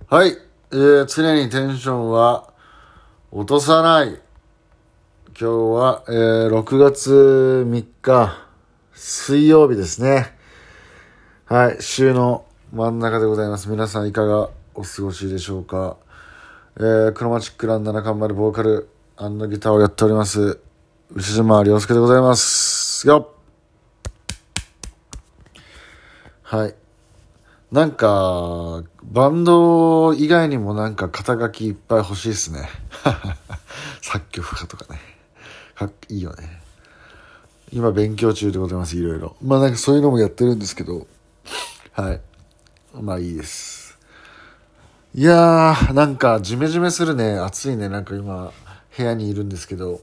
はい、常にテンションは落とさない。今日は、6月3日水曜日ですね。はい、週の真ん中でございます。皆さんいかがお過ごしでしょうか。クロマチックラン7巻までボーカル&ギターをやっております牛島亮介でございますよ。はい、なんかバンド以外にもなんか肩書きいっぱい欲しいですね作曲家とかね、いいよね。今勉強中でございます。いろいろなんかそういうのもやってるんですけど、はい、いいです。いやー、なんかジメジメするね。暑いね。なんか今部屋にいるんですけど、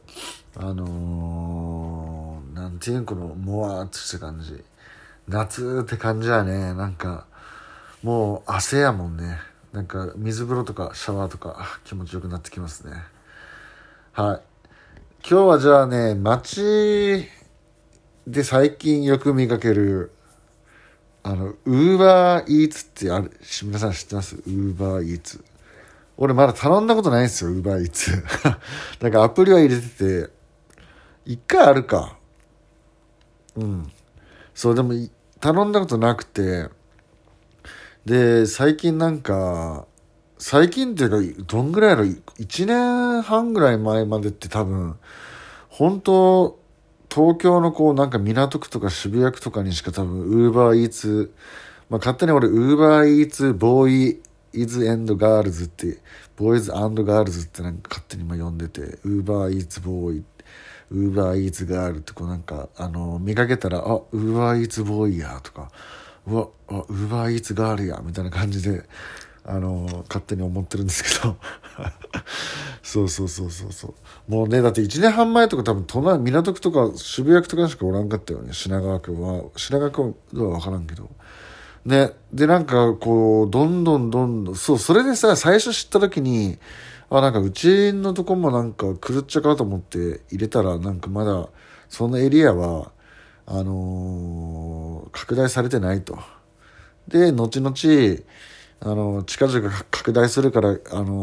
なんていうこのもわーっとした感じ、夏って感じだね。なんかもう汗やもんね。なんか水風呂とかシャワーとか気持ちよくなってきますね。はい、今日はじゃあね、街で最近よく見かけるウーバーイーツって皆さん知ってます？ウーバーイーツ。俺まだ頼んだことないんですよ、ウーバーイーツなんかアプリは入れてて一回あるか。そうでも頼んだことなくて、で最近っていうかどんぐらいやろ、1年半ぐらい前までって多分本当東京のなんか港区とか渋谷区とかにしか多分ウーバーイーツ、勝手に俺ウーバーイーツボーイイズエンドガールズってボーイズアンドガールズってなんか勝手に呼んでて、ウーバーイーツボーイウーバーイーツガールってなんか見かけたらウーバーイーツボーイやとか、ウーバーイーツガールやみたいな感じで勝手に思ってるんですけどそうもうね、だって1年半前とか多分港区とか渋谷区とかしかおらんかったよね。品川区は分からんけどね。でなんかどんどんそれでさ、最初知った時になんかうちのとこもなんか狂っちゃうかと思って入れたら、なんかまだそのエリアは拡大されてないと。で後々近々拡大するから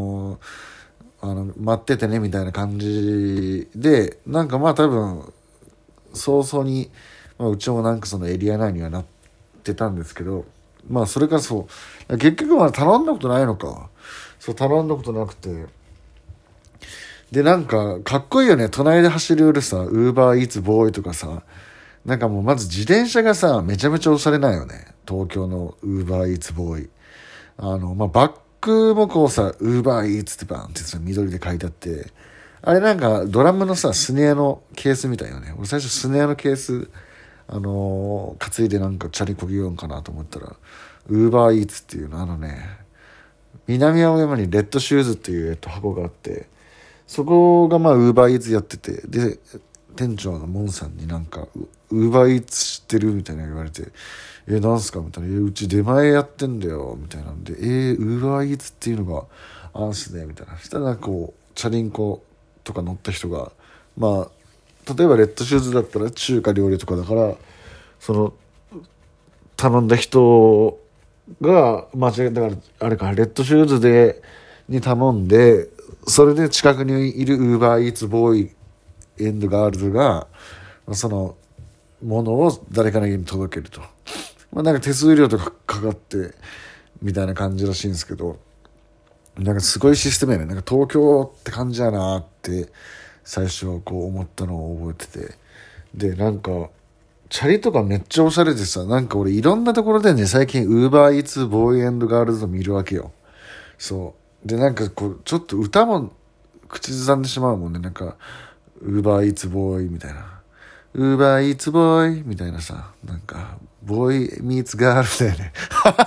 待っててねみたいな感じで、なんか多分早々に、うちもなんかそのエリア内にはなってたんですけど、それから結局頼んだことないのか。頼んだことなくて、でなんかかっこいいよね。隣で走り売るさウーバーイーツボーイとかさ、なんかもうまず自転車がさめちゃめちゃおしゃれなんよね、東京のウーバーイーツボーイ。バッグもウーバーイーツってバーンって緑で書いてあって、あれなんかドラムのスネアのケースみたいよね。俺最初スネアのケース担いでなんかチャリこぎようんかなと思ったら、ウーバーイーツっていうの南青山にレッドシューズっていう箱があって、そこがウーバーイーツやってて、で店長のモンさんになんかウーバーイーツ知ってるみたいな言われて、なんすかみたいな、うち出前やってんだよみたいなんで、ウーバーイーツっていうのがあんすねみたいな。したらチャリンコとか乗った人が、例えばレッドシューズだったら中華料理とかだから、その頼んだ人が間違えだからあれか、レッドシューズに頼んで、それで近くにいるウーバーイーツボーイエンドガールズがそのものを誰かの家に届けると、なんか手数料とかかかってみたいな感じらしいんですけど、なんかすごいシステムやね。なんか東京って感じやなって最初は思ったのを覚えてて、でなんかチャリとかめっちゃおしゃれでさ、なんか俺いろんなところでね最近ウーバーイーツボーイエンドガールズを見るわけよ。そうでなんかちょっと歌も口ずさんでしまうもんね。なんかウーバーイーツボーイみたいな、ウーバーイーツボーイみたいなさ、なんかボーイミーツガールだよね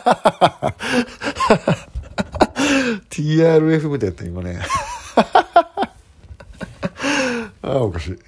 TRF みたいやった今ねおかしい。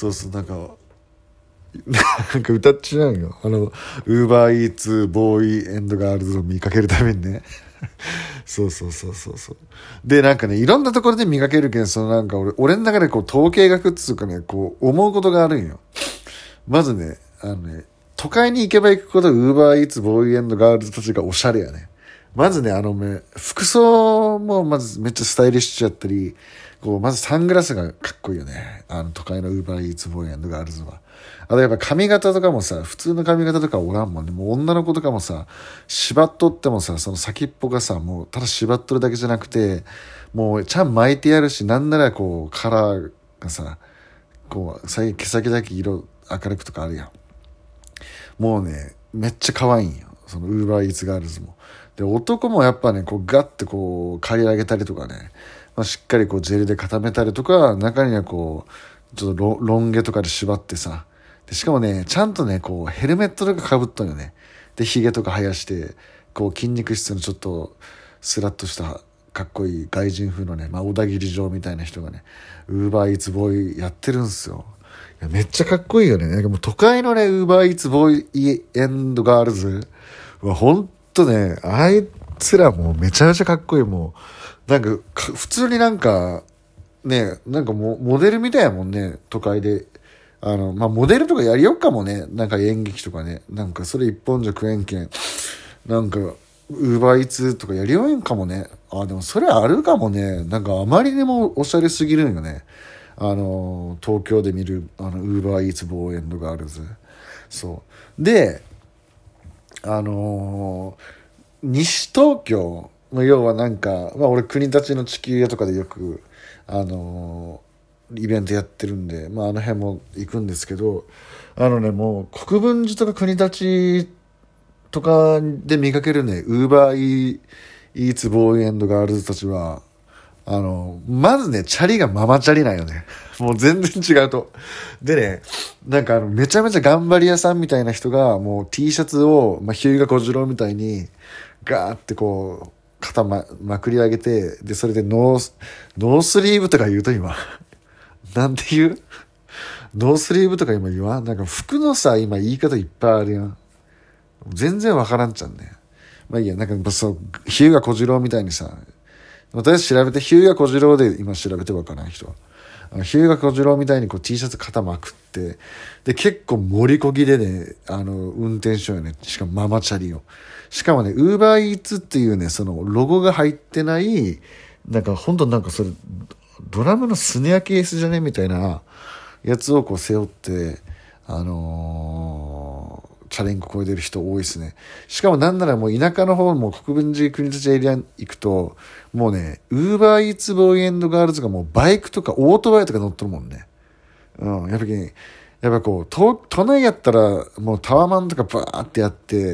なんか歌っちゃうよ。ウーバーイーツボーイエンドガールズを見かけるためにねそうでなんかね、いろんなところで見かけるけん、なんか俺の中で統計学っつうかね、思うことがあるんよ。まずね、都会に行けば行くほどウーバーイーツボーイエンドガールズたちがおしゃれやね。 まずね、服装もまずめっちゃスタイリッシュやったり、こう、まずサングラスがかっこいいよね。都会のウーバーイーツボーイ&ガールズは。あとやっぱ髪型とかもさ、普通の髪型とかおらんもんね。もう女の子とかもさ、縛っとってもさ、その先っぽがさ、もうただ縛っとるだけじゃなくて、もうちゃん巻いてやるし、なんならこう、カラーがさ、こう、最近毛先だけ色明るくとかあるやん。もうね、めっちゃ可愛いんよ。そのウーバーイーツガールズも。で、男もやっぱね、こうガッてこう、刈り上げたりとかね、しっかりこうジェルで固めたりとか、中にはこう、ちょっとロン毛とかで縛ってさ、でしかもね、ちゃんとね、こう、ヘルメットとか被っとんよね。で、髭とか生やして、こう、筋肉質のちょっと、スラッとしたかっこいい外人風のね、小田切城みたいな人がね、ウーバーイーツボーイやってるんすよ。いやめっちゃかっこいいよね。なんかもう都会のね、ウーバーイーツボーイガールズはほんとね、あいつらもうめちゃめちゃかっこいい。もう、なんか、普通になんか、ね、なんかもうモデルみたいやもんね、都会で。モデルとかやりよっかもね。なんか演劇とかね。なんかそれ一本じゃ食えんけん。なんか、ウーバーイーツとかやりよえんかもね。でもそれあるかもね。なんかあまりにもおしゃれすぎるんよね。東京で見る、ウーバーイーツボーイ&ガールズ。そう。で、西東京の要はなんか、俺国立の地球屋とかでよく、イベントやってるんで、あの辺も行くんですけど、もう国分寺とか国立とかで見かけるね、ウーバーイーツボーイ&ガールズたちは、まずね、チャリがママチャリなんよね。もう全然違うと。でね、なんかめちゃめちゃ頑張り屋さんみたいな人が、もう T シャツを、日向小次郎みたいに、ガーってこう、肩まくり上げて、で、それでノースリーブとか言うと今。なんて言うノースリーブとか今言わんなんか服のさ、今言い方いっぱいあるやん。全然わからんちゃんね。いいや、なんかそう、日向小次郎みたいにさ、私調べて、日向小次郎で今調べてわからない人は。日向小次郎みたいにこう T シャツ肩まくって、で、結構盛りこぎでね、運転手よね。しかもママチャリを。しかもね、ウーバーイーツっていうね、そのロゴが入ってない、なんかほんとなんかそれ、ドラムのスネアケースじゃねみたいなやつをこう背負って、チャリンコ越えてる人多いですね。しかもなんならもう田舎の方も国分寺国立エリアに行くと、もうね、ウーバーイーツボーイ&ガールズがもうバイクとかオートバイとか乗ってるもんね。やっぱこう、都内やったらもうタワマンとかバーってやって、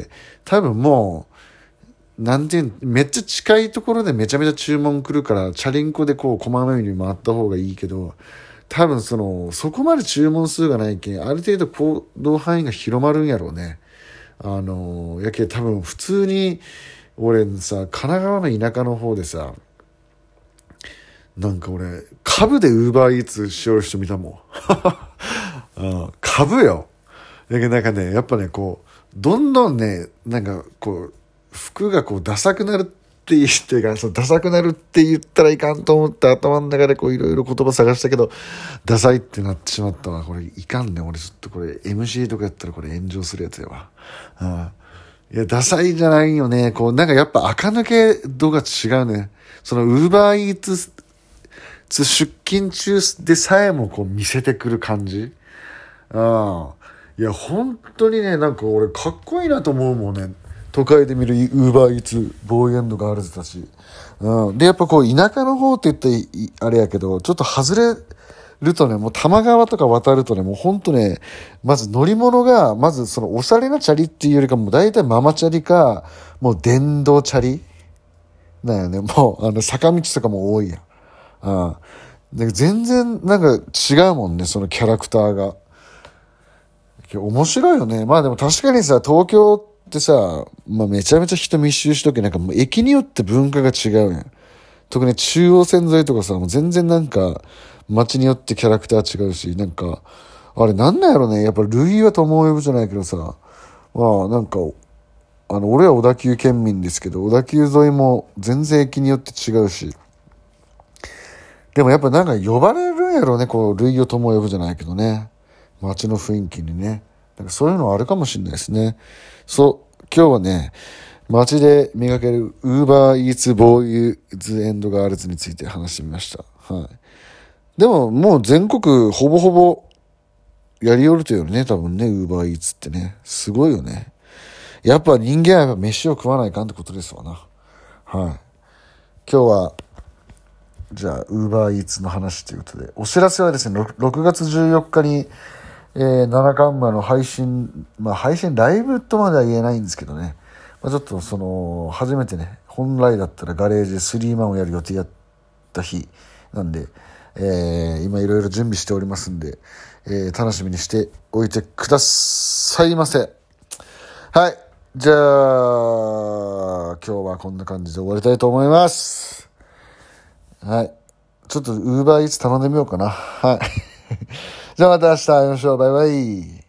多分もう、めっちゃ近いところでめちゃめちゃ注文来るから、チャリンコでこう、こまめに回った方がいいけど、多分そこまで注文数がないけん、ある程度行動範囲が広まるんやろうね。やけ多分普通に、俺さ、神奈川の田舎の方でさ、なんか俺、株でウーバーイーツしよる人見たもん。株よ。だけどなんかね、やっぱね、こう、どんどんね、なんかこう、服がこうダサくなるって言ってか、ダサくなるって言ったらいかんと思って頭の中でこういろいろ言葉探したけど、ダサいってなってしまったわ。これいかんね。俺ちょっとこれ MC とかやったらこれ炎上するやつやわ。いや、ダサいじゃないよね。こう、なんかやっぱ垢抜け度が違うね。そのウーバーイーツ出勤中でさえもこう見せてくる感じ。いや、本当にね、なんか俺かっこいいなと思うもんね。都会で見るウーバーイーツボーイ&ガールズたち。で、やっぱこう田舎の方って言ったらあれやけど、ちょっと外れるとね、もう多摩川とか渡るとね、もうほんとね、まず乗り物が、まずそのおしゃれなチャリっていうよりかも、大体ママチャリか、もう電動チャリだよね。もう、坂道とかも多いやん。で全然なんか違うもんね、そのキャラクターが。面白いよね。まあでも確かにさ、東京ってさ、めちゃめちゃ人密集しとけ、なんかもう駅によって文化が違うやん。特に中央線沿いとかさ、もう全然なんか、街によってキャラクター違うし、なんか、あれなんなんやろね。やっぱ類は友を呼ぶじゃないけどさ、なんか、俺は小田急県民ですけど、小田急沿いも全然駅によって違うし、でもやっぱなんか呼ばれるんやろね、こう、類を友を呼ぶじゃないけどね。街の雰囲気にね。なんかそういうのあるかもしれないですね。そう、今日はね、 街で見かけるウーバーイーツボーイズエンドガールズについて話してみました。はい。でももう全国ほぼほぼやりよるというね、多分ね、ウーバーイーツってね。すごいよね。やっぱ人間はやっぱ飯を食わないかんってことですわな。はい。今日は、じゃあ、ウーバーイーツの話ということで、お知らせはですね、6月14日に、七冠馬の配信、配信ライブとまでは言えないんですけどね、ちょっと初めてね、本来だったらガレージでスリーマンをやる予定やった日なんで、今いろいろ準備しておりますんで、楽しみにしておいてくださいませ。はい。じゃあ、今日はこんな感じで終わりたいと思います。はい。ちょっとウーバーイーツ頼んでみようかな。はい。じゃあまた明日会いましょう。バイバイ。